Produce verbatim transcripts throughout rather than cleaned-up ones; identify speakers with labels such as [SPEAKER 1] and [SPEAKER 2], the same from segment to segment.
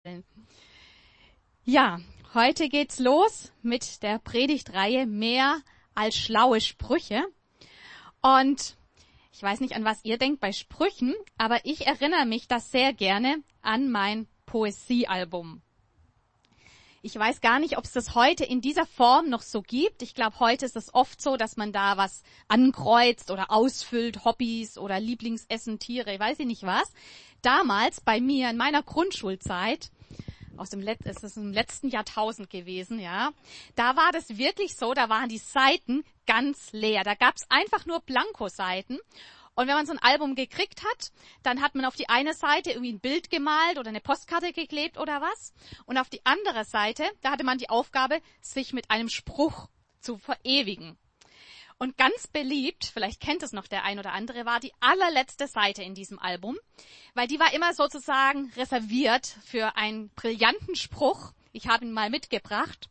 [SPEAKER 1] Ja, heute geht's los mit der Predigtreihe Mehr als schlaue Sprüche. Und ich weiß nicht, an was ihr denkt bei Sprüchen, aber ich erinnere mich da sehr gerne an mein Poesiealbum. Ich weiß gar nicht, ob es das heute in dieser Form noch so gibt. Ich glaube, heute ist es oft so, dass man da was ankreuzt oder ausfüllt, Hobbys oder Lieblingsessen, Tiere, ich weiß nicht was. Damals bei mir in meiner Grundschulzeit, aus dem Let- es ist im letzten Jahrtausend gewesen, ja, da war das wirklich so, da waren die Seiten ganz leer. Da gab es einfach nur Blankoseiten. Und wenn man so ein Album gekriegt hat, dann hat man auf die eine Seite irgendwie ein Bild gemalt oder eine Postkarte geklebt oder was. Und auf die andere Seite, da hatte man die Aufgabe, sich mit einem Spruch zu verewigen. Und ganz beliebt, vielleicht kennt es noch der ein oder andere, war die allerletzte Seite in diesem Album, weil die war immer sozusagen reserviert für einen brillanten Spruch. Ich habe ihn mal mitgebracht.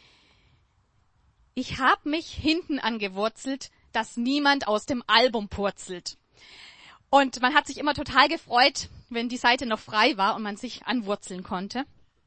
[SPEAKER 1] Ich habe mich hinten angewurzelt, dass niemand aus dem Album purzelt. Und man hat sich immer total gefreut, wenn die Seite noch frei war und man sich anwurzeln konnte.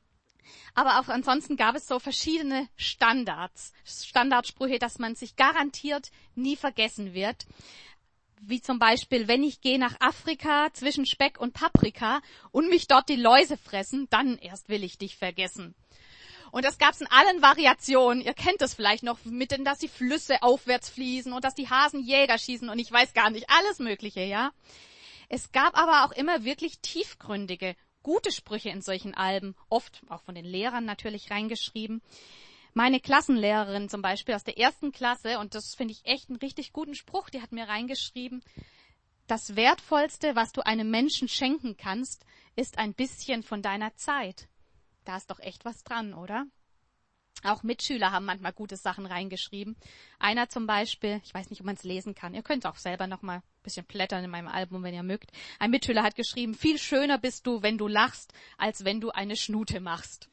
[SPEAKER 1] Aber auch ansonsten gab es so verschiedene Standards, Standardsprüche, dass man sich garantiert nie vergessen wird. Wie zum Beispiel, wenn ich gehe nach Afrika zwischen Speck und Paprika und mich dort die Läuse fressen, dann erst will ich dich vergessen. Und das gab's in allen Variationen. Ihr kennt es vielleicht noch mit, denn, dass die Flüsse aufwärts fließen und dass die Hasen Jäger schießen und ich weiß gar nicht, alles Mögliche, ja. Es gab aber auch immer wirklich tiefgründige, gute Sprüche in solchen Alben, oft auch von den Lehrern natürlich reingeschrieben. Meine Klassenlehrerin zum Beispiel aus der ersten Klasse, und das finde ich echt einen richtig guten Spruch, die hat mir reingeschrieben: Das Wertvollste, was du einem Menschen schenken kannst, ist ein bisschen von deiner Zeit. Da ist doch echt was dran, oder? Auch Mitschüler haben manchmal gute Sachen reingeschrieben. Einer zum Beispiel, ich weiß nicht, ob man es lesen kann, ihr könnt auch selber noch mal ein bisschen blättern in meinem Album, wenn ihr mögt. Ein Mitschüler hat geschrieben: Viel schöner bist du, wenn du lachst, als wenn du eine Schnute machst.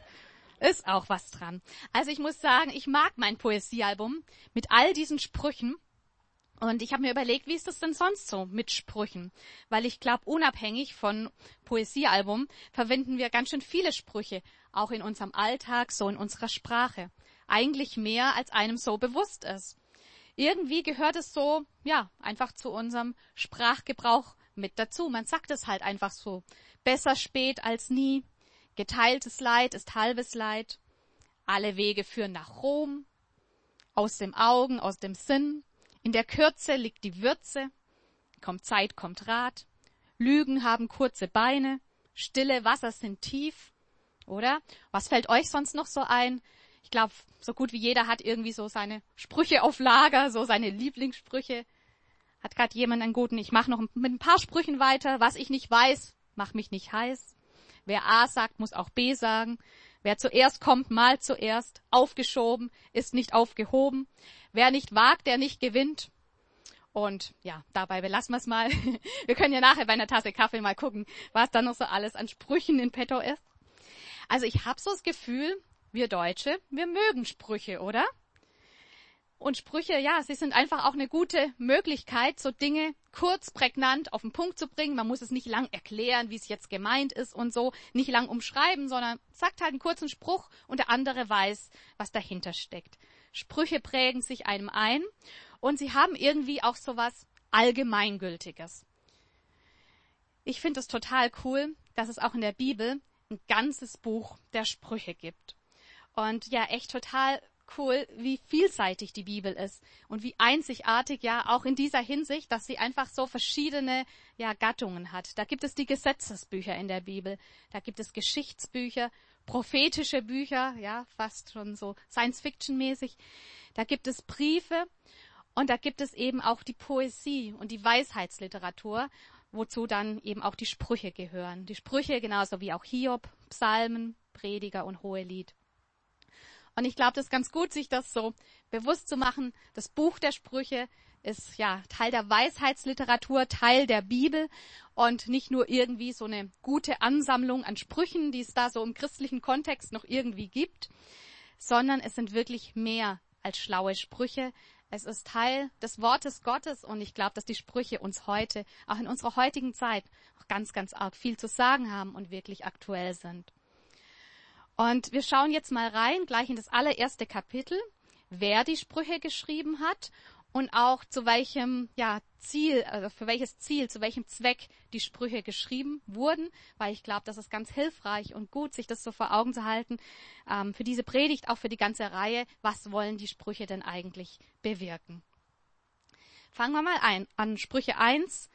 [SPEAKER 1] Ist auch was dran. Also ich muss sagen, ich mag mein Poesiealbum mit all diesen Sprüchen. Und ich habe mir überlegt, wie ist das denn sonst so mit Sprüchen? Weil ich glaube, unabhängig von Poesiealbum verwenden wir ganz schön viele Sprüche, auch in unserem Alltag, so in unserer Sprache. Eigentlich mehr, als einem so bewusst ist. Irgendwie gehört es so, ja, einfach zu unserem Sprachgebrauch mit dazu. Man sagt es halt einfach so. Besser spät als nie. Geteiltes Leid ist halbes Leid. Alle Wege führen nach Rom. Aus dem Augen, aus dem Sinn. In der Kürze liegt die Würze, kommt Zeit, kommt Rat. Lügen haben kurze Beine, stille Wasser sind tief, oder? Was fällt euch sonst noch so ein? Ich glaube, so gut wie jeder hat irgendwie so seine Sprüche auf Lager, so seine Lieblingssprüche. Hat gerade jemand einen guten? Ich mache noch mit ein paar Sprüchen weiter. Was ich nicht weiß, macht mich nicht heiß. Wer A sagt, muss auch B sagen. Wer zuerst kommt, malt zuerst. Aufgeschoben ist nicht aufgehoben. Wer nicht wagt, der nicht gewinnt. Und ja, dabei belassen wir es mal. Wir können ja nachher bei einer Tasse Kaffee mal gucken, was da noch so alles an Sprüchen in petto ist. Also ich habe so das Gefühl, wir Deutsche, wir mögen Sprüche, oder? Und Sprüche, ja, sie sind einfach auch eine gute Möglichkeit, so Dinge kurz, prägnant auf den Punkt zu bringen. Man muss es nicht lang erklären, wie es jetzt gemeint ist und so, nicht lang umschreiben, sondern sagt halt einen kurzen Spruch und der andere weiß, was dahinter steckt. Sprüche prägen sich einem ein und sie haben irgendwie auch so was Allgemeingültiges. Ich finde es total cool, dass es auch in der Bibel ein ganzes Buch der Sprüche gibt. Und ja, echt total cool, wie vielseitig die Bibel ist und wie einzigartig ja auch in dieser Hinsicht, dass sie einfach so verschiedene ja Gattungen hat. Da gibt es die Gesetzesbücher in der Bibel, da gibt es Geschichtsbücher, prophetische Bücher, ja, fast schon so Science-Fiction-mäßig. Da gibt es Briefe und da gibt es eben auch die Poesie und die Weisheitsliteratur, wozu dann eben auch die Sprüche gehören. Die Sprüche genauso wie auch Hiob, Psalmen, Prediger und Hohelied. Und ich glaube, das ist ganz gut, sich das so bewusst zu machen. Das Buch der Sprüche ist ja Teil der Weisheitsliteratur, Teil der Bibel und nicht nur irgendwie so eine gute Ansammlung an Sprüchen, die es da so im christlichen Kontext noch irgendwie gibt, sondern es sind wirklich mehr als schlaue Sprüche. Es ist Teil des Wortes Gottes und ich glaube, dass die Sprüche uns heute, auch in unserer heutigen Zeit, auch ganz, ganz arg viel zu sagen haben und wirklich aktuell sind. Und wir schauen jetzt mal rein, gleich in das allererste Kapitel, wer die Sprüche geschrieben hat und auch zu welchem ja, Ziel, also für welches Ziel, zu welchem Zweck die Sprüche geschrieben wurden, weil ich glaube, das ist ganz hilfreich und gut, sich das so vor Augen zu halten, ähm, für diese Predigt, auch für die ganze Reihe, was wollen die Sprüche denn eigentlich bewirken. Fangen wir mal ein, an Sprüche eins,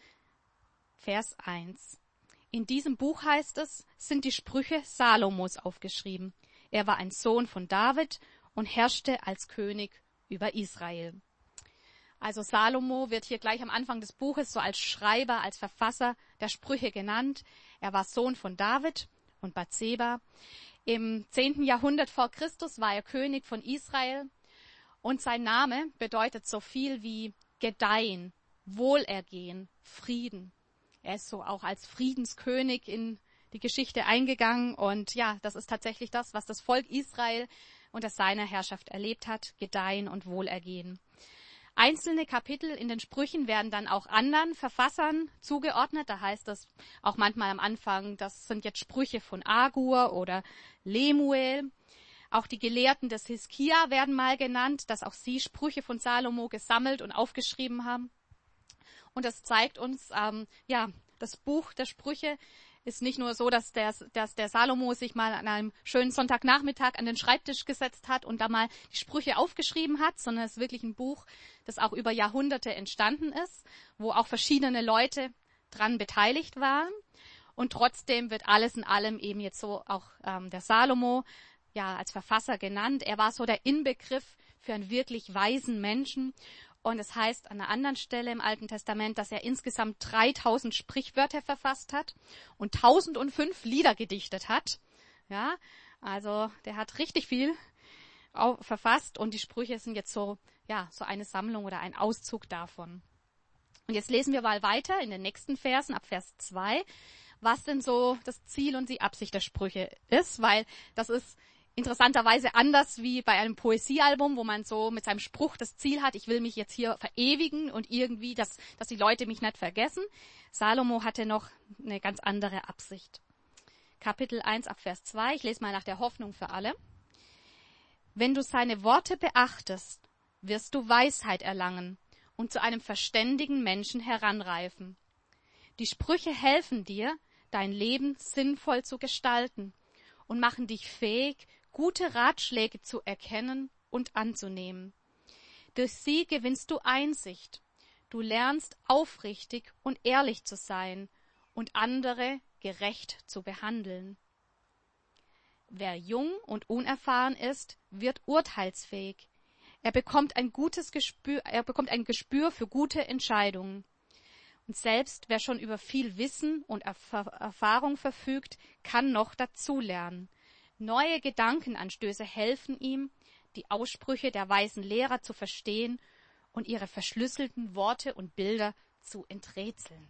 [SPEAKER 1] Vers eins. In diesem Buch heißt es, sind die Sprüche Salomos aufgeschrieben. Er war ein Sohn von David und herrschte als König über Israel. Also Salomo wird hier gleich am Anfang des Buches so als Schreiber, als Verfasser der Sprüche genannt. Er war Sohn von David und Bathseba. Im zehnten Jahrhundert vor Christus war er König von Israel und sein Name bedeutet so viel wie Gedeihen, Wohlergehen, Frieden. Er ist so auch als Friedenskönig in die Geschichte eingegangen und ja, das ist tatsächlich das, was das Volk Israel unter seiner Herrschaft erlebt hat, Gedeihen und Wohlergehen. Einzelne Kapitel in den Sprüchen werden dann auch anderen Verfassern zugeordnet. Da heißt es auch manchmal am Anfang, das sind jetzt Sprüche von Agur oder Lemuel. Auch die Gelehrten des Hiskia werden mal genannt, dass auch sie Sprüche von Salomo gesammelt und aufgeschrieben haben. Und das zeigt uns, ähm, ja, das Buch der Sprüche ist nicht nur so, dass der, dass der Salomo sich mal an einem schönen Sonntagnachmittag an den Schreibtisch gesetzt hat und da mal die Sprüche aufgeschrieben hat, sondern es ist wirklich ein Buch, das auch über Jahrhunderte entstanden ist, wo auch verschiedene Leute dran beteiligt waren. Und trotzdem wird alles in allem eben jetzt so auch ähm, der Salomo ja als Verfasser genannt. Er war so der Inbegriff für einen wirklich weisen Menschen. Und es heißt an einer anderen Stelle im Alten Testament, dass er insgesamt dreitausend Sprichwörter verfasst hat und tausendfünf Lieder gedichtet hat. Ja, also der hat richtig viel verfasst und die Sprüche sind jetzt so, ja, so eine Sammlung oder ein Auszug davon. Und jetzt lesen wir mal weiter in den nächsten Versen, ab Vers zwei, was denn so das Ziel und die Absicht der Sprüche ist, weil das ist interessanterweise anders wie bei einem Poesiealbum, wo man so mit seinem Spruch das Ziel hat, ich will mich jetzt hier verewigen und irgendwie, dass, dass die Leute mich nicht vergessen. Salomo hatte noch eine ganz andere Absicht. Kapitel eins ab Vers zwei, ich lese mal nach der Hoffnung für alle. Wenn du seine Worte beachtest, wirst du Weisheit erlangen und zu einem verständigen Menschen heranreifen. Die Sprüche helfen dir, dein Leben sinnvoll zu gestalten und machen dich fähig, gute Ratschläge zu erkennen und anzunehmen. Durch sie gewinnst du Einsicht. Du lernst aufrichtig und ehrlich zu sein und andere gerecht zu behandeln. Wer jung und unerfahren ist, wird urteilsfähig. Er bekommt ein gutes Gespür, er bekommt ein Gespür für gute Entscheidungen. Und selbst wer schon über viel Wissen und Erf- Erfahrung verfügt, kann noch dazulernen. Neue Gedankenanstöße helfen ihm, die Aussprüche der weisen Lehrer zu verstehen und ihre verschlüsselten Worte und Bilder zu enträtseln.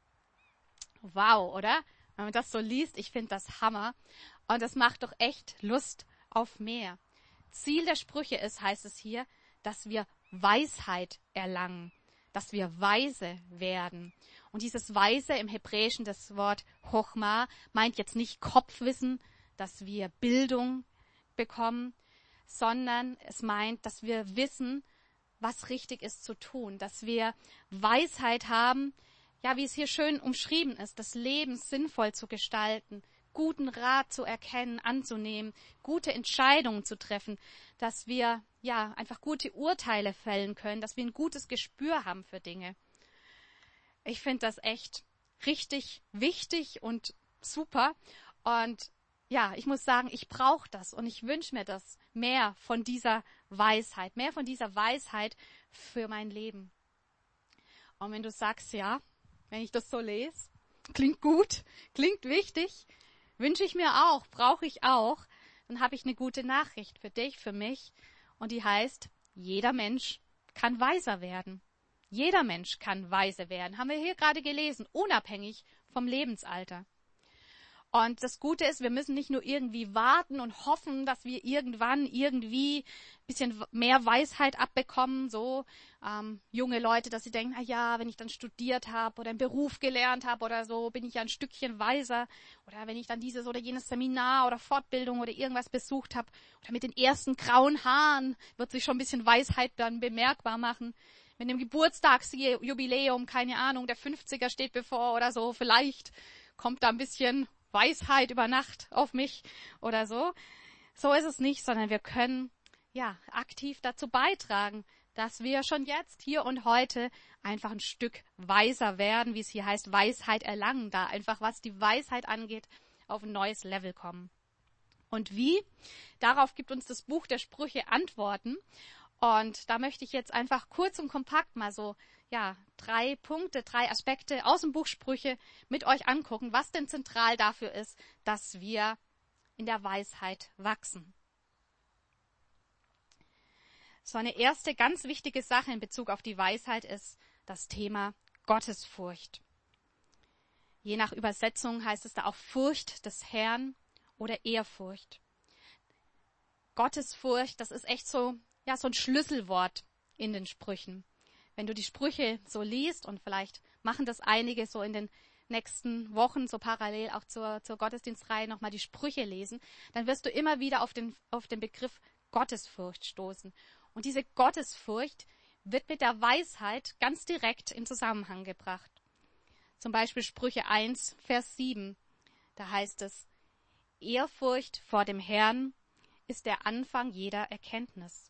[SPEAKER 1] Wow, oder? Wenn man das so liest, ich finde das Hammer. Und das macht doch echt Lust auf mehr. Ziel der Sprüche ist, heißt es hier, dass wir Weisheit erlangen, dass wir weise werden. Und dieses Weise im Hebräischen, das Wort Chochma, meint jetzt nicht Kopfwissen, dass wir Bildung bekommen, sondern es meint, dass wir wissen, was richtig ist zu tun, dass wir Weisheit haben, ja, wie es hier schön umschrieben ist, das Leben sinnvoll zu gestalten, guten Rat zu erkennen, anzunehmen, gute Entscheidungen zu treffen, dass wir ja einfach gute Urteile fällen können, dass wir ein gutes Gespür haben für Dinge. Ich finde das echt richtig wichtig und super. Und ja, ich muss sagen, ich brauche das und ich wünsche mir das mehr von dieser Weisheit, mehr von dieser Weisheit für mein Leben. Und wenn du sagst, ja, wenn ich das so lese, klingt gut, klingt wichtig, wünsche ich mir auch, brauche ich auch, dann habe ich eine gute Nachricht für dich, für mich. Und die heißt, jeder Mensch kann weiser werden. Jeder Mensch kann weise werden. Haben wir hier gerade gelesen, unabhängig vom Lebensalter. Und das Gute ist, wir müssen nicht nur irgendwie warten und hoffen, dass wir irgendwann irgendwie ein bisschen mehr Weisheit abbekommen, so ähm, junge Leute, dass sie denken, na ja, wenn ich dann studiert habe oder einen Beruf gelernt habe oder so, bin ich ja ein Stückchen weiser. Oder wenn ich dann dieses oder jenes Seminar oder Fortbildung oder irgendwas besucht habe oder mit den ersten grauen Haaren wird sich schon ein bisschen Weisheit dann bemerkbar machen. Mit dem Geburtstagsjubiläum, keine Ahnung, der fünfziger steht bevor oder so, vielleicht kommt da ein bisschen Weisheit über Nacht auf mich oder so. So ist es nicht, sondern wir können ja aktiv dazu beitragen, dass wir schon jetzt, hier und heute einfach ein Stück weiser werden, wie es hier heißt, Weisheit erlangen, da einfach was die Weisheit angeht, auf ein neues Level kommen. Und wie? Darauf gibt uns das Buch der Sprüche Antworten. Und da möchte ich jetzt einfach kurz und kompakt mal so, ja, drei Punkte, drei Aspekte aus dem Buch Sprüche mit euch angucken, was denn zentral dafür ist, dass wir in der Weisheit wachsen. So eine erste ganz wichtige Sache in Bezug auf die Weisheit ist das Thema Gottesfurcht. Je nach Übersetzung heißt es da auch Furcht des Herrn oder Ehrfurcht. Gottesfurcht, das ist echt so, ja, so ein Schlüsselwort in den Sprüchen. Wenn du die Sprüche so liest, und vielleicht machen das einige so in den nächsten Wochen, so parallel auch zur, zur Gottesdienstreihe nochmal die Sprüche lesen, dann wirst du immer wieder auf den, auf den Begriff Gottesfurcht stoßen. Und diese Gottesfurcht wird mit der Weisheit ganz direkt in Zusammenhang gebracht. Zum Beispiel Sprüche eins, Vers sieben. Da heißt es, Ehrfurcht vor dem Herrn ist der Anfang jeder Erkenntnis.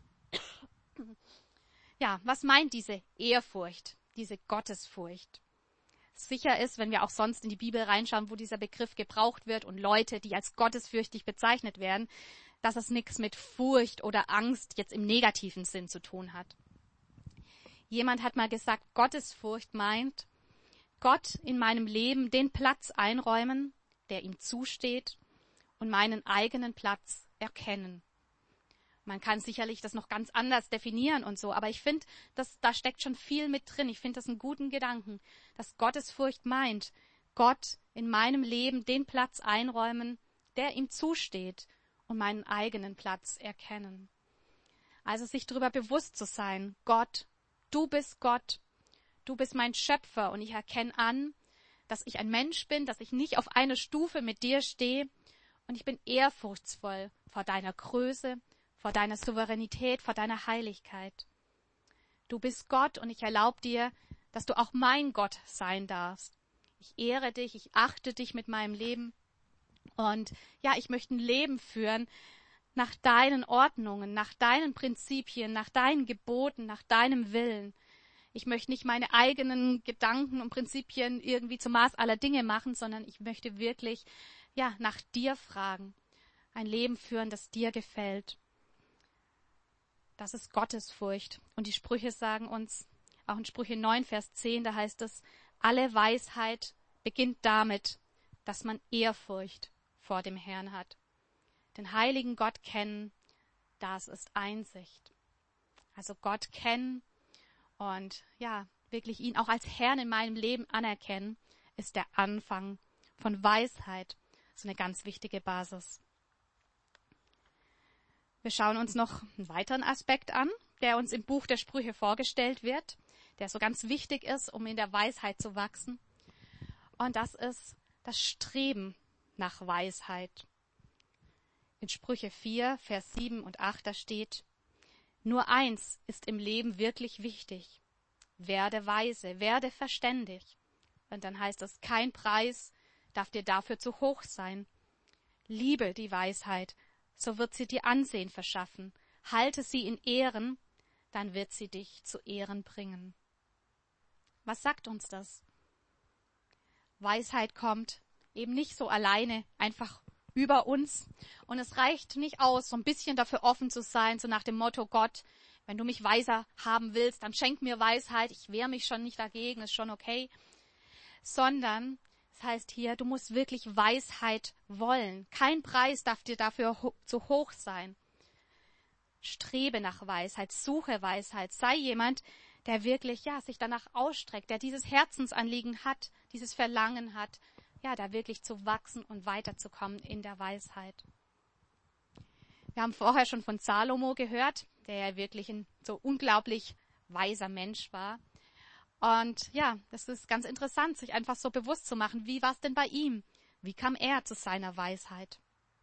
[SPEAKER 1] Ja, was meint diese Ehrfurcht, diese Gottesfurcht? Sicher ist, wenn wir auch sonst in die Bibel reinschauen, wo dieser Begriff gebraucht wird und Leute, die als gottesfürchtig bezeichnet werden, dass es nichts mit Furcht oder Angst jetzt im negativen Sinn zu tun hat. Jemand hat mal gesagt, Gottesfurcht meint, Gott in meinem Leben den Platz einräumen, der ihm zusteht, und meinen eigenen Platz erkennen. Man kann sicherlich das noch ganz anders definieren und so, aber ich finde, dass da steckt schon viel mit drin. Ich finde das einen guten Gedanken, dass Gottesfurcht meint, Gott in meinem Leben den Platz einräumen, der ihm zusteht, und meinen eigenen Platz erkennen. Also sich darüber bewusst zu sein, Gott, du bist Gott, du bist mein Schöpfer, und ich erkenne an, dass ich ein Mensch bin, dass ich nicht auf einer Stufe mit dir stehe, und ich bin ehrfurchtsvoll vor deiner Größe, vor deiner Souveränität, vor deiner Heiligkeit. Du bist Gott, und ich erlaube dir, dass du auch mein Gott sein darfst. Ich ehre dich, ich achte dich mit meinem Leben. Und ja, ich möchte ein Leben führen nach deinen Ordnungen, nach deinen Prinzipien, nach deinen Geboten, nach deinem Willen. Ich möchte nicht meine eigenen Gedanken und Prinzipien irgendwie zum Maß aller Dinge machen, sondern ich möchte wirklich, ja, nach dir fragen. Ein Leben führen, das dir gefällt. Das ist Gottesfurcht. Und die Sprüche sagen uns, auch in Sprüche neun, Vers zehn, da heißt es, alle Weisheit beginnt damit, dass man Ehrfurcht vor dem Herrn hat. Den heiligen Gott kennen, das ist Einsicht. Also Gott kennen und ja, wirklich ihn auch als Herrn in meinem Leben anerkennen, ist der Anfang von Weisheit. So eine ganz wichtige Basis. Wir schauen uns noch einen weiteren Aspekt an, der uns im Buch der Sprüche vorgestellt wird, der so ganz wichtig ist, um in der Weisheit zu wachsen. Und das ist das Streben nach Weisheit. In Sprüche vier, Vers sieben und acht, da steht, nur eins ist im Leben wirklich wichtig. Werde weise, werde verständig. Und dann heißt es, kein Preis darf dir dafür zu hoch sein. Liebe die Weisheit, so wird sie dir Ansehen verschaffen. Halte sie in Ehren, dann wird sie dich zu Ehren bringen. Was sagt uns das? Weisheit kommt eben nicht so alleine einfach über uns. Und es reicht nicht aus, so ein bisschen dafür offen zu sein, so nach dem Motto, Gott, wenn du mich weiser haben willst, dann schenk mir Weisheit. Ich wehre mich schon nicht dagegen, ist schon okay. Sondern das heißt hier, du musst wirklich Weisheit wollen. Kein Preis darf dir dafür ho- zu hoch sein. Strebe nach Weisheit, suche Weisheit. Sei jemand, der wirklich ja sich danach ausstreckt, der dieses Herzensanliegen hat, dieses Verlangen hat, ja, da wirklich zu wachsen und weiterzukommen in der Weisheit. Wir haben vorher schon von Salomo gehört, der ja wirklich ein so unglaublich weiser Mensch war. Und ja, das ist ganz interessant, sich einfach so bewusst zu machen, wie war es denn bei ihm? Wie kam er zu seiner Weisheit?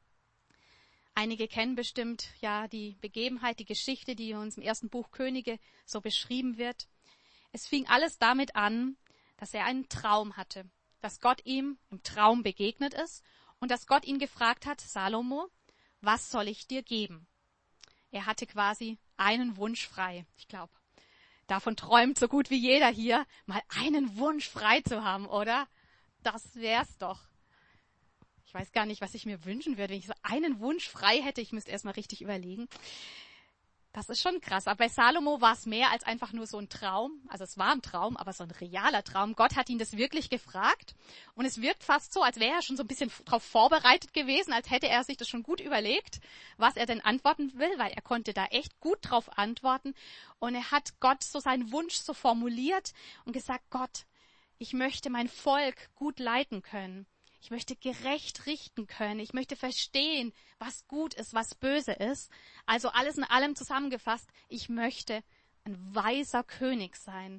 [SPEAKER 1] Einige kennen bestimmt ja die Begebenheit, die Geschichte, die uns im ersten Buch Könige so beschrieben wird. Es fing alles damit an, dass er einen Traum hatte, dass Gott ihm im Traum begegnet ist und dass Gott ihn gefragt hat, Salomo, was soll ich dir geben? Er hatte quasi einen Wunsch frei. Ich glaube, davon träumt so gut wie jeder hier, mal einen Wunsch frei zu haben, oder? Das wär's doch. Ich weiß gar nicht, was ich mir wünschen würde, wenn ich so einen Wunsch frei hätte. Ich müsste erstmal richtig überlegen. Das ist schon krass. Aber bei Salomo war es mehr als einfach nur so ein Traum. Also es war ein Traum, aber so ein realer Traum. Gott hat ihn das wirklich gefragt. Und es wirkt fast so, als wäre er schon so ein bisschen darauf vorbereitet gewesen, als hätte er sich das schon gut überlegt, was er denn antworten will, weil er konnte da echt gut drauf antworten. Und er hat Gott so seinen Wunsch so formuliert und gesagt, Gott, ich möchte mein Volk gut leiten können. Ich möchte gerecht richten können. Ich möchte verstehen, was gut ist, was böse ist. Also alles in allem zusammengefasst, ich möchte ein weiser König sein.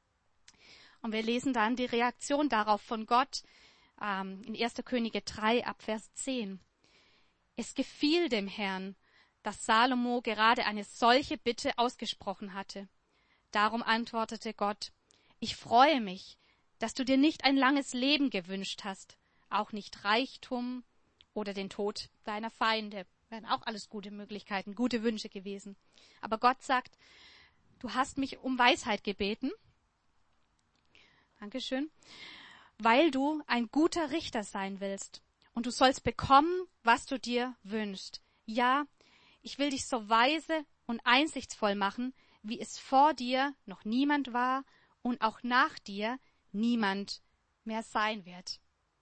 [SPEAKER 1] Und wir lesen dann die Reaktion darauf von Gott ähm, in erster Könige drei ab Vers zehn. Es gefiel dem Herrn, dass Salomo gerade eine solche Bitte ausgesprochen hatte. Darum antwortete Gott, ich freue mich, dass du dir nicht ein langes Leben gewünscht hast, auch nicht Reichtum oder den Tod deiner Feinde. Wären auch alles gute Möglichkeiten, gute Wünsche gewesen. Aber Gott sagt, du hast mich um Weisheit gebeten. Dankeschön. Weil du ein guter Richter sein willst. Und du sollst bekommen, was du dir wünschst. Ja, ich will dich so weise und einsichtsvoll machen, wie es vor dir noch niemand war und auch nach dir niemand mehr sein wird.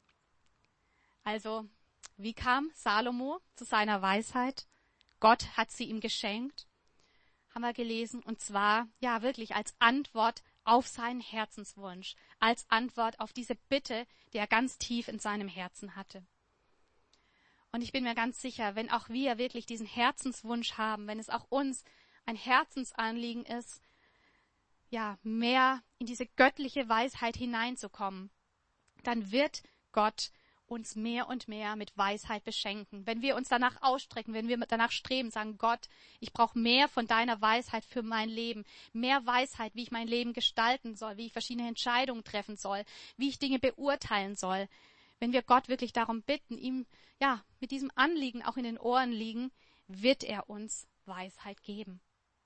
[SPEAKER 1] Also, wie kam Salomo zu seiner Weisheit? Gott hat sie ihm geschenkt, haben wir gelesen, und zwar, ja, wirklich als Antwort auf seinen Herzenswunsch, als Antwort auf diese Bitte, die er ganz tief in seinem Herzen hatte. Und ich bin mir ganz sicher, wenn auch wir wirklich diesen Herzenswunsch haben, wenn es auch uns ein Herzensanliegen ist, ja, mehr in diese göttliche Weisheit hineinzukommen, dann wird Gott uns mehr und mehr mit Weisheit beschenken. Wenn wir uns danach ausstrecken, wenn wir danach streben, sagen, Gott, ich brauche mehr von deiner Weisheit für mein Leben, mehr Weisheit, wie ich mein Leben gestalten soll, wie ich verschiedene Entscheidungen treffen soll, wie ich Dinge beurteilen soll. Wenn wir Gott wirklich darum bitten, ihm, ja, mit diesem Anliegen auch in den Ohren liegen, wird er uns Weisheit geben.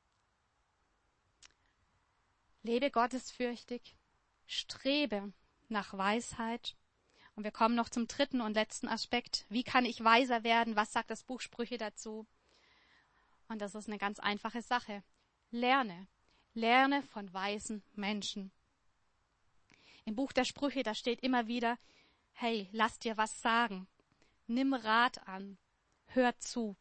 [SPEAKER 1] Lebe gottesfürchtig, strebe nach Weisheit. Und wir kommen noch zum dritten und letzten Aspekt. Wie kann ich weiser werden? Was sagt das Buch Sprüche dazu? Und das ist eine ganz einfache Sache. Lerne. Lerne von weisen Menschen. Im Buch der Sprüche, da steht immer wieder, hey, lass dir was sagen. Nimm Rat an. Hör zu.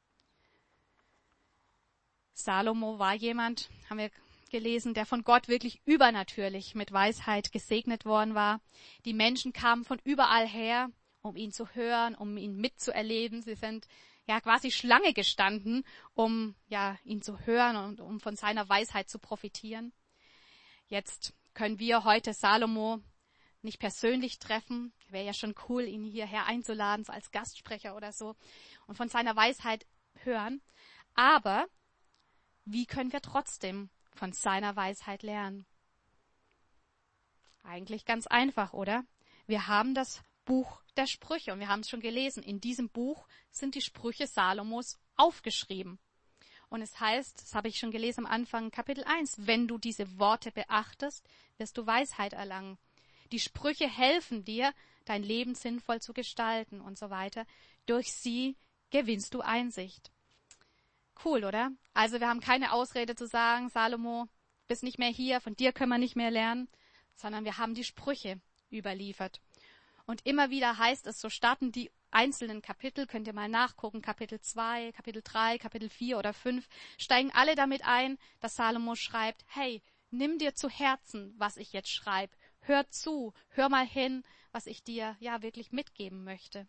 [SPEAKER 1] Salomo war jemand, haben wir gelesen, der von Gott wirklich übernatürlich mit Weisheit gesegnet worden war. Die Menschen kamen von überall her, um ihn zu hören, um ihn mitzuerleben. Sie sind ja quasi Schlange gestanden, um ja ihn zu hören und um von seiner Weisheit zu profitieren. Jetzt können wir heute Salomo nicht persönlich treffen. Wäre ja schon cool, ihn hierher einzuladen, so als Gastsprecher oder so, und von seiner Weisheit hören. Aber wie können wir trotzdem von seiner Weisheit lernen? Eigentlich ganz einfach, oder? Wir haben das Buch der Sprüche und wir haben es schon gelesen. In diesem Buch sind die Sprüche Salomos aufgeschrieben. Und es heißt, das habe ich schon gelesen am Anfang, Kapitel eins, wenn du diese Worte beachtest, wirst du Weisheit erlangen. Die Sprüche helfen dir, dein Leben sinnvoll zu gestalten und so weiter. Durch sie gewinnst du Einsicht. Cool, oder? Also wir haben keine Ausrede zu sagen, Salomo, bist nicht mehr hier, von dir können wir nicht mehr lernen, sondern wir haben die Sprüche überliefert. Und immer wieder heißt es, so starten die einzelnen Kapitel, könnt ihr mal nachgucken, Kapitel zwei, Kapitel drei, Kapitel vier oder fünf, steigen alle damit ein, dass Salomo schreibt, hey, nimm dir zu Herzen, was ich jetzt schreibe, hör zu, hör mal hin, was ich dir ja wirklich mitgeben möchte.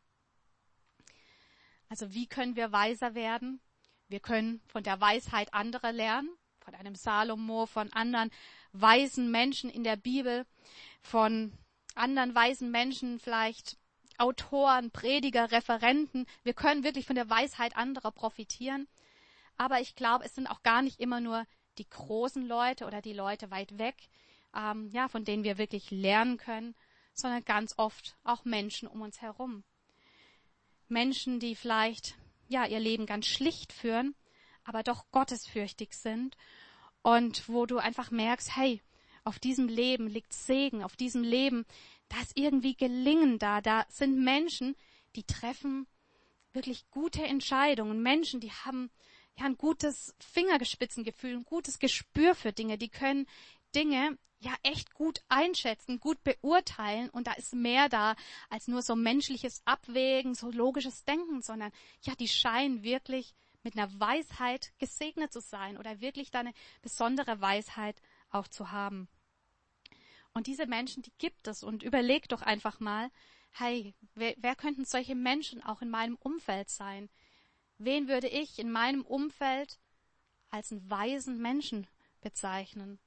[SPEAKER 1] Also wie können wir weiser werden? Wir können von der Weisheit anderer lernen, von einem Salomo, von anderen weisen Menschen in der Bibel, von anderen weisen Menschen, vielleicht Autoren, Prediger, Referenten. Wir können wirklich von der Weisheit anderer profitieren. Aber ich glaube, es sind auch gar nicht immer nur die großen Leute oder die Leute weit weg, ähm, ja, von denen wir wirklich lernen können, sondern ganz oft auch Menschen um uns herum. Menschen, die vielleicht, ja, ihr Leben ganz schlicht führen, aber doch gottesfürchtig sind und wo du einfach merkst, hey, auf diesem Leben liegt Segen, auf diesem Leben, da ist irgendwie Gelingen da, da sind Menschen, die treffen wirklich gute Entscheidungen, Menschen, die haben ja ein gutes Fingerspitzengefühl, ein gutes Gespür für Dinge, die können Dinge ja echt gut einschätzen, gut beurteilen und da ist mehr da als nur so menschliches Abwägen, so logisches Denken, sondern ja, die scheinen wirklich mit einer Weisheit gesegnet zu sein oder wirklich da eine besondere Weisheit auch zu haben. Und diese Menschen, die gibt es und überleg doch einfach mal, hey, wer, wer könnten solche Menschen auch in meinem Umfeld sein? Wen würde ich in meinem Umfeld als einen weisen Menschen bezeichnen?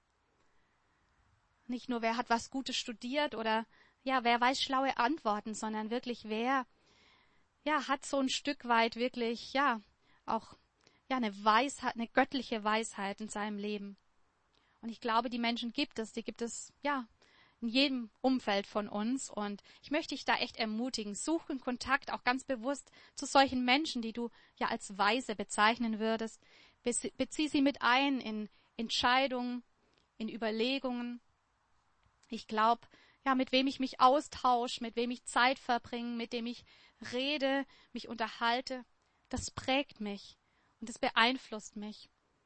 [SPEAKER 1] Nicht nur, wer hat was Gutes studiert oder ja, wer weiß schlaue Antworten, sondern wirklich, wer ja, hat so ein Stück weit wirklich, ja, auch ja, eine Weisheit, eine göttliche Weisheit in seinem Leben. Und ich glaube, die Menschen gibt es, die gibt es, ja, in jedem Umfeld von uns. Und ich möchte dich da echt ermutigen, such in Kontakt auch ganz bewusst zu solchen Menschen, die du ja als weise bezeichnen würdest. Bezieh sie mit ein in Entscheidungen, in Überlegungen. Ich glaube, ja, mit wem ich mich austausche, mit wem ich Zeit verbringe, mit dem ich rede, mich unterhalte, das prägt mich und das beeinflusst mich.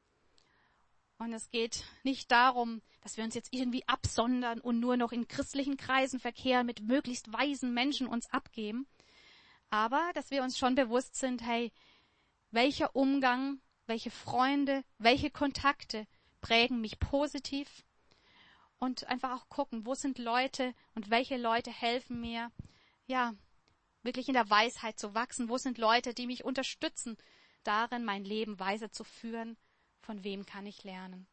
[SPEAKER 1] Und es geht nicht darum, dass wir uns jetzt irgendwie absondern und nur noch in christlichen Kreisen verkehren, mit möglichst weisen Menschen uns abgeben, aber dass wir uns schon bewusst sind, hey, welcher Umgang, welche Freunde, welche Kontakte prägen mich positiv und einfach auch gucken, wo sind Leute und welche Leute helfen mir, ja, wirklich in der Weisheit zu wachsen, wo sind Leute, die mich unterstützen, darin mein Leben weise zu führen. Von wem kann ich lernen?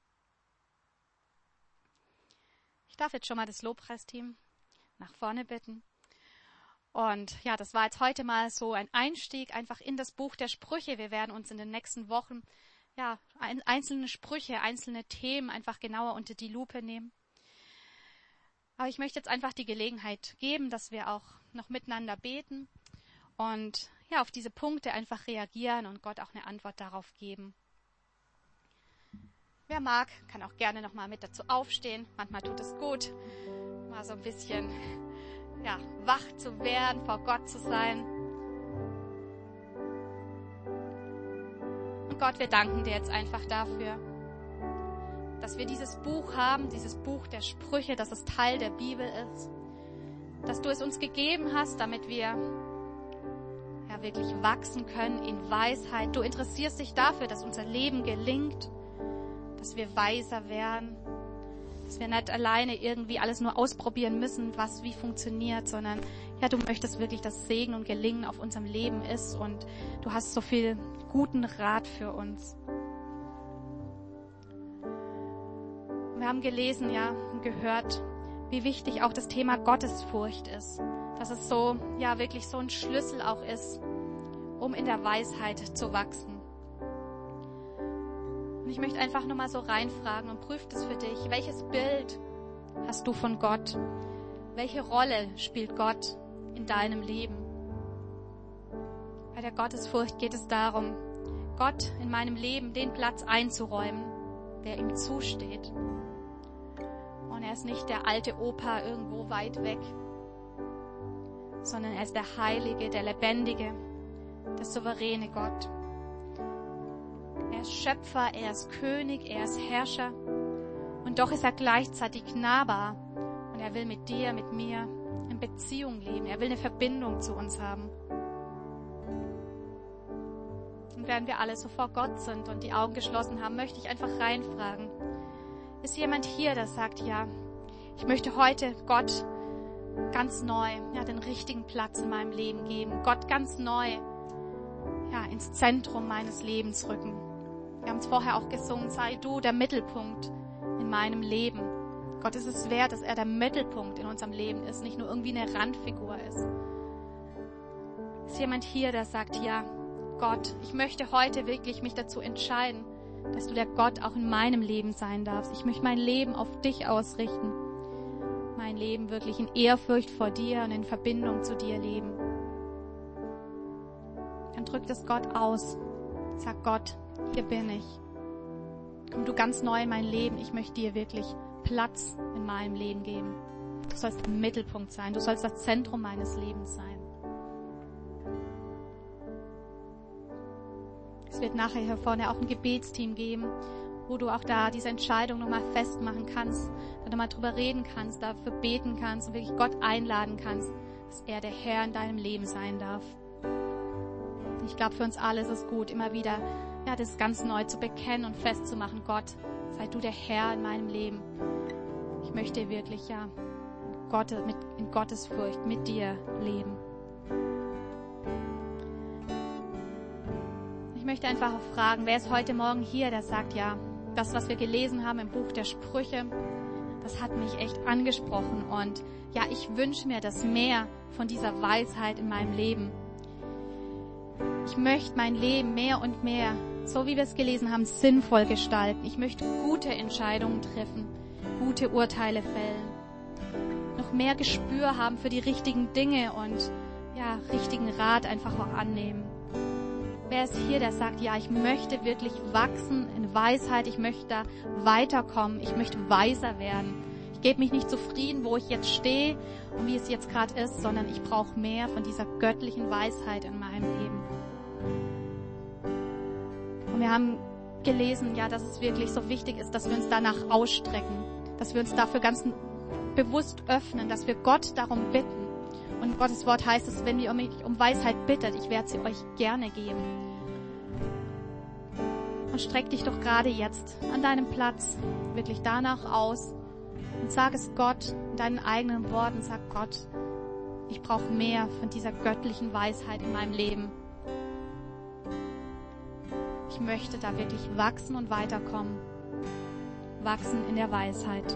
[SPEAKER 1] Ich darf jetzt schon mal das Lobpreisteam nach vorne bitten. Und ja, das war jetzt heute mal so ein Einstieg einfach in das Buch der Sprüche. Wir werden uns in den nächsten Wochen ja ein, einzelne Sprüche, einzelne Themen einfach genauer unter die Lupe nehmen. Aber ich möchte jetzt einfach die Gelegenheit geben, dass wir auch noch miteinander beten und ja auf diese Punkte einfach reagieren und Gott auch eine Antwort darauf geben. Wer mag, kann auch gerne noch mal mit dazu aufstehen. Manchmal tut es gut, mal so ein bisschen ja, wach zu werden, vor Gott zu sein. Und Gott, wir danken dir jetzt einfach dafür, dass wir dieses Buch haben, dieses Buch der Sprüche, dass es Teil der Bibel ist. Dass du es uns gegeben hast, damit wir ja wirklich wachsen können in Weisheit. Du interessierst dich dafür, dass unser Leben gelingt, dass wir weiser werden, dass wir nicht alleine irgendwie alles nur ausprobieren müssen, was wie funktioniert, sondern ja, du möchtest wirklich, dass Segen und Gelingen auf unserem Leben ist und du hast so viel guten Rat für uns. Wir haben gelesen, ja, und gehört, wie wichtig auch das Thema Gottesfurcht ist, dass es so, ja, wirklich so ein Schlüssel auch ist, um in der Weisheit zu wachsen. Und ich möchte einfach nur mal so reinfragen und prüf das für dich. Welches Bild hast du von Gott? Welche Rolle spielt Gott in deinem Leben? Bei der Gottesfurcht geht es darum, Gott in meinem Leben den Platz einzuräumen, der ihm zusteht. Und er ist nicht der alte Opa irgendwo weit weg, sondern er ist der heilige, der lebendige, der souveräne Gott. Er ist Schöpfer, er ist König, er ist Herrscher und doch ist er gleichzeitig nahbar und er will mit dir, mit mir in Beziehung leben. Er will eine Verbindung zu uns haben. Und während wir alle so vor Gott sind und die Augen geschlossen haben, möchte ich einfach reinfragen. Ist jemand hier, der sagt, ja, Ich möchte heute Gott ganz neu, ja, den richtigen Platz in meinem Leben geben. Gott ganz neu, ja, ins Zentrum meines Lebens rücken. Wir haben es vorher auch gesungen, sei du der Mittelpunkt in meinem Leben. Gott ist es wert, dass er der Mittelpunkt in unserem Leben ist, nicht nur irgendwie eine Randfigur ist. Ist jemand hier, der sagt, ja, Gott, ich möchte heute wirklich mich dazu entscheiden, dass du der Gott auch in meinem Leben sein darfst. Ich möchte mein Leben auf dich ausrichten. Mein Leben wirklich in Ehrfurcht vor dir und in Verbindung zu dir leben. Dann drück das Gott aus. Sag Gott, hier bin ich. Komm du ganz neu in mein Leben. Ich möchte dir wirklich Platz in meinem Leben geben. Du sollst im Mittelpunkt sein. Du sollst das Zentrum meines Lebens sein. Es wird nachher hier vorne auch ein Gebetsteam geben, wo du auch da diese Entscheidung nochmal festmachen kannst, da nochmal drüber reden kannst, dafür beten kannst und wirklich Gott einladen kannst, dass er der Herr in deinem Leben sein darf. Und ich glaube, für uns alle ist es gut, immer wieder ja, das ganz neu zu bekennen und festzumachen, Gott, sei du der Herr in meinem Leben. Ich möchte wirklich ja in, Gott, mit, in Gottesfurcht mit dir leben. Ich möchte einfach auch fragen, wer ist heute Morgen hier, der sagt, ja, das, was wir gelesen haben im Buch der Sprüche, das hat mich echt angesprochen und ja, ich wünsche mir das mehr von dieser Weisheit in meinem Leben. Ich möchte mein Leben mehr und mehr, so wie wir es gelesen haben, sinnvoll gestalten. Ich möchte gute Entscheidungen treffen, gute Urteile fällen, noch mehr Gespür haben für die richtigen Dinge und ja, richtigen Rat einfach auch annehmen. Wer ist hier, der sagt, ja, ich möchte wirklich wachsen in Weisheit, ich möchte da weiterkommen, ich möchte weiser werden. Ich gebe mich nicht zufrieden, wo ich jetzt stehe und wie es jetzt gerade ist, sondern ich brauche mehr von dieser göttlichen Weisheit in meinem Leben. Und wir haben gelesen, ja, dass es wirklich so wichtig ist, dass wir uns danach ausstrecken, dass wir uns dafür ganz bewusst öffnen, dass wir Gott darum bitten. Und Gottes Wort heißt es, wenn ihr mich um Weisheit bittet, ich werde sie euch gerne geben. Und streck dich doch gerade jetzt an deinem Platz wirklich danach aus und sag es Gott in deinen eigenen Worten. Sag Gott, ich brauche mehr von dieser göttlichen Weisheit in meinem Leben. Ich möchte da wirklich wachsen und weiterkommen. Wachsen in der Weisheit.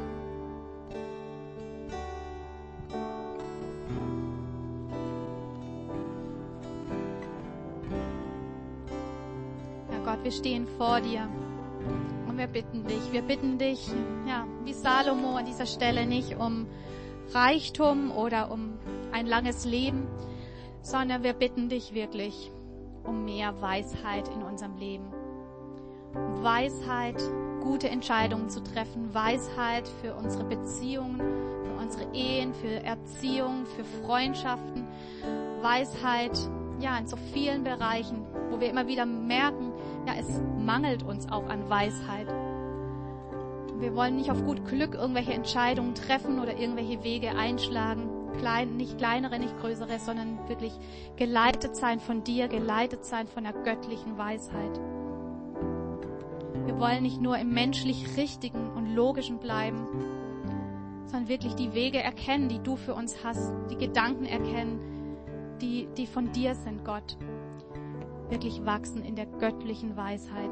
[SPEAKER 1] Wir stehen vor dir und wir bitten dich, wir bitten dich, ja, wie Salomo an dieser Stelle nicht um Reichtum oder um ein langes Leben, sondern wir bitten dich wirklich um mehr Weisheit in unserem Leben. Um Weisheit, gute Entscheidungen zu treffen, Weisheit für unsere Beziehungen, für unsere Ehen, für Erziehung, für Freundschaften, Weisheit, ja, in so vielen Bereichen, wo wir immer wieder merken, ja, es mangelt uns auch an Weisheit. Wir wollen nicht auf gut Glück irgendwelche Entscheidungen treffen oder irgendwelche Wege einschlagen. Klein, nicht kleinere, nicht größere, sondern wirklich geleitet sein von dir, geleitet sein von der göttlichen Weisheit. Wir wollen nicht nur im menschlich Richtigen und Logischen bleiben, sondern wirklich die Wege erkennen, die du für uns hast, die Gedanken erkennen, die, die von dir sind, Gott. Wirklich wachsen in der göttlichen Weisheit.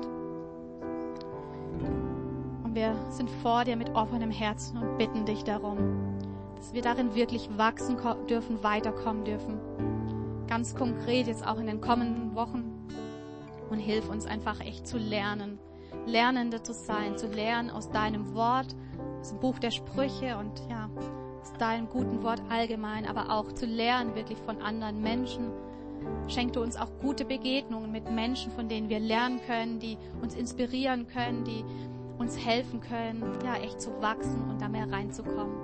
[SPEAKER 1] Und wir sind vor dir mit offenem Herzen und bitten dich darum, dass wir darin wirklich wachsen dürfen, weiterkommen dürfen. Ganz konkret jetzt auch in den kommenden Wochen. Und hilf uns einfach echt zu lernen, Lernende zu sein, zu lernen aus deinem Wort, aus dem Buch der Sprüche und ja, aus deinem guten Wort allgemein, aber auch zu lernen wirklich von anderen Menschen. Schenk du uns auch gute Begegnungen mit Menschen, von denen wir lernen können, die uns inspirieren können, die uns helfen können, ja, echt zu wachsen und da mehr reinzukommen.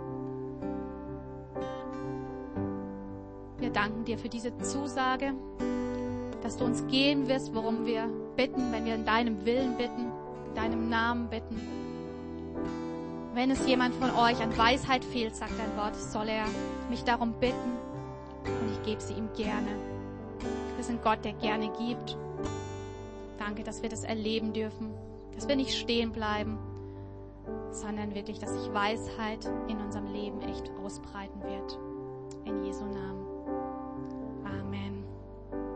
[SPEAKER 1] Wir danken dir für diese Zusage, dass du uns geben wirst, worum wir bitten, wenn wir in deinem Willen bitten, in deinem Namen bitten. Wenn es jemand von euch an Weisheit fehlt, sagt dein Wort, soll er mich darum bitten und ich gebe sie ihm gerne. Wir sind Gott, der gerne gibt. Danke, dass wir das erleben dürfen, dass wir nicht stehen bleiben, sondern wirklich, dass sich Weisheit in unserem Leben echt ausbreiten wird. In Jesu Namen. Amen.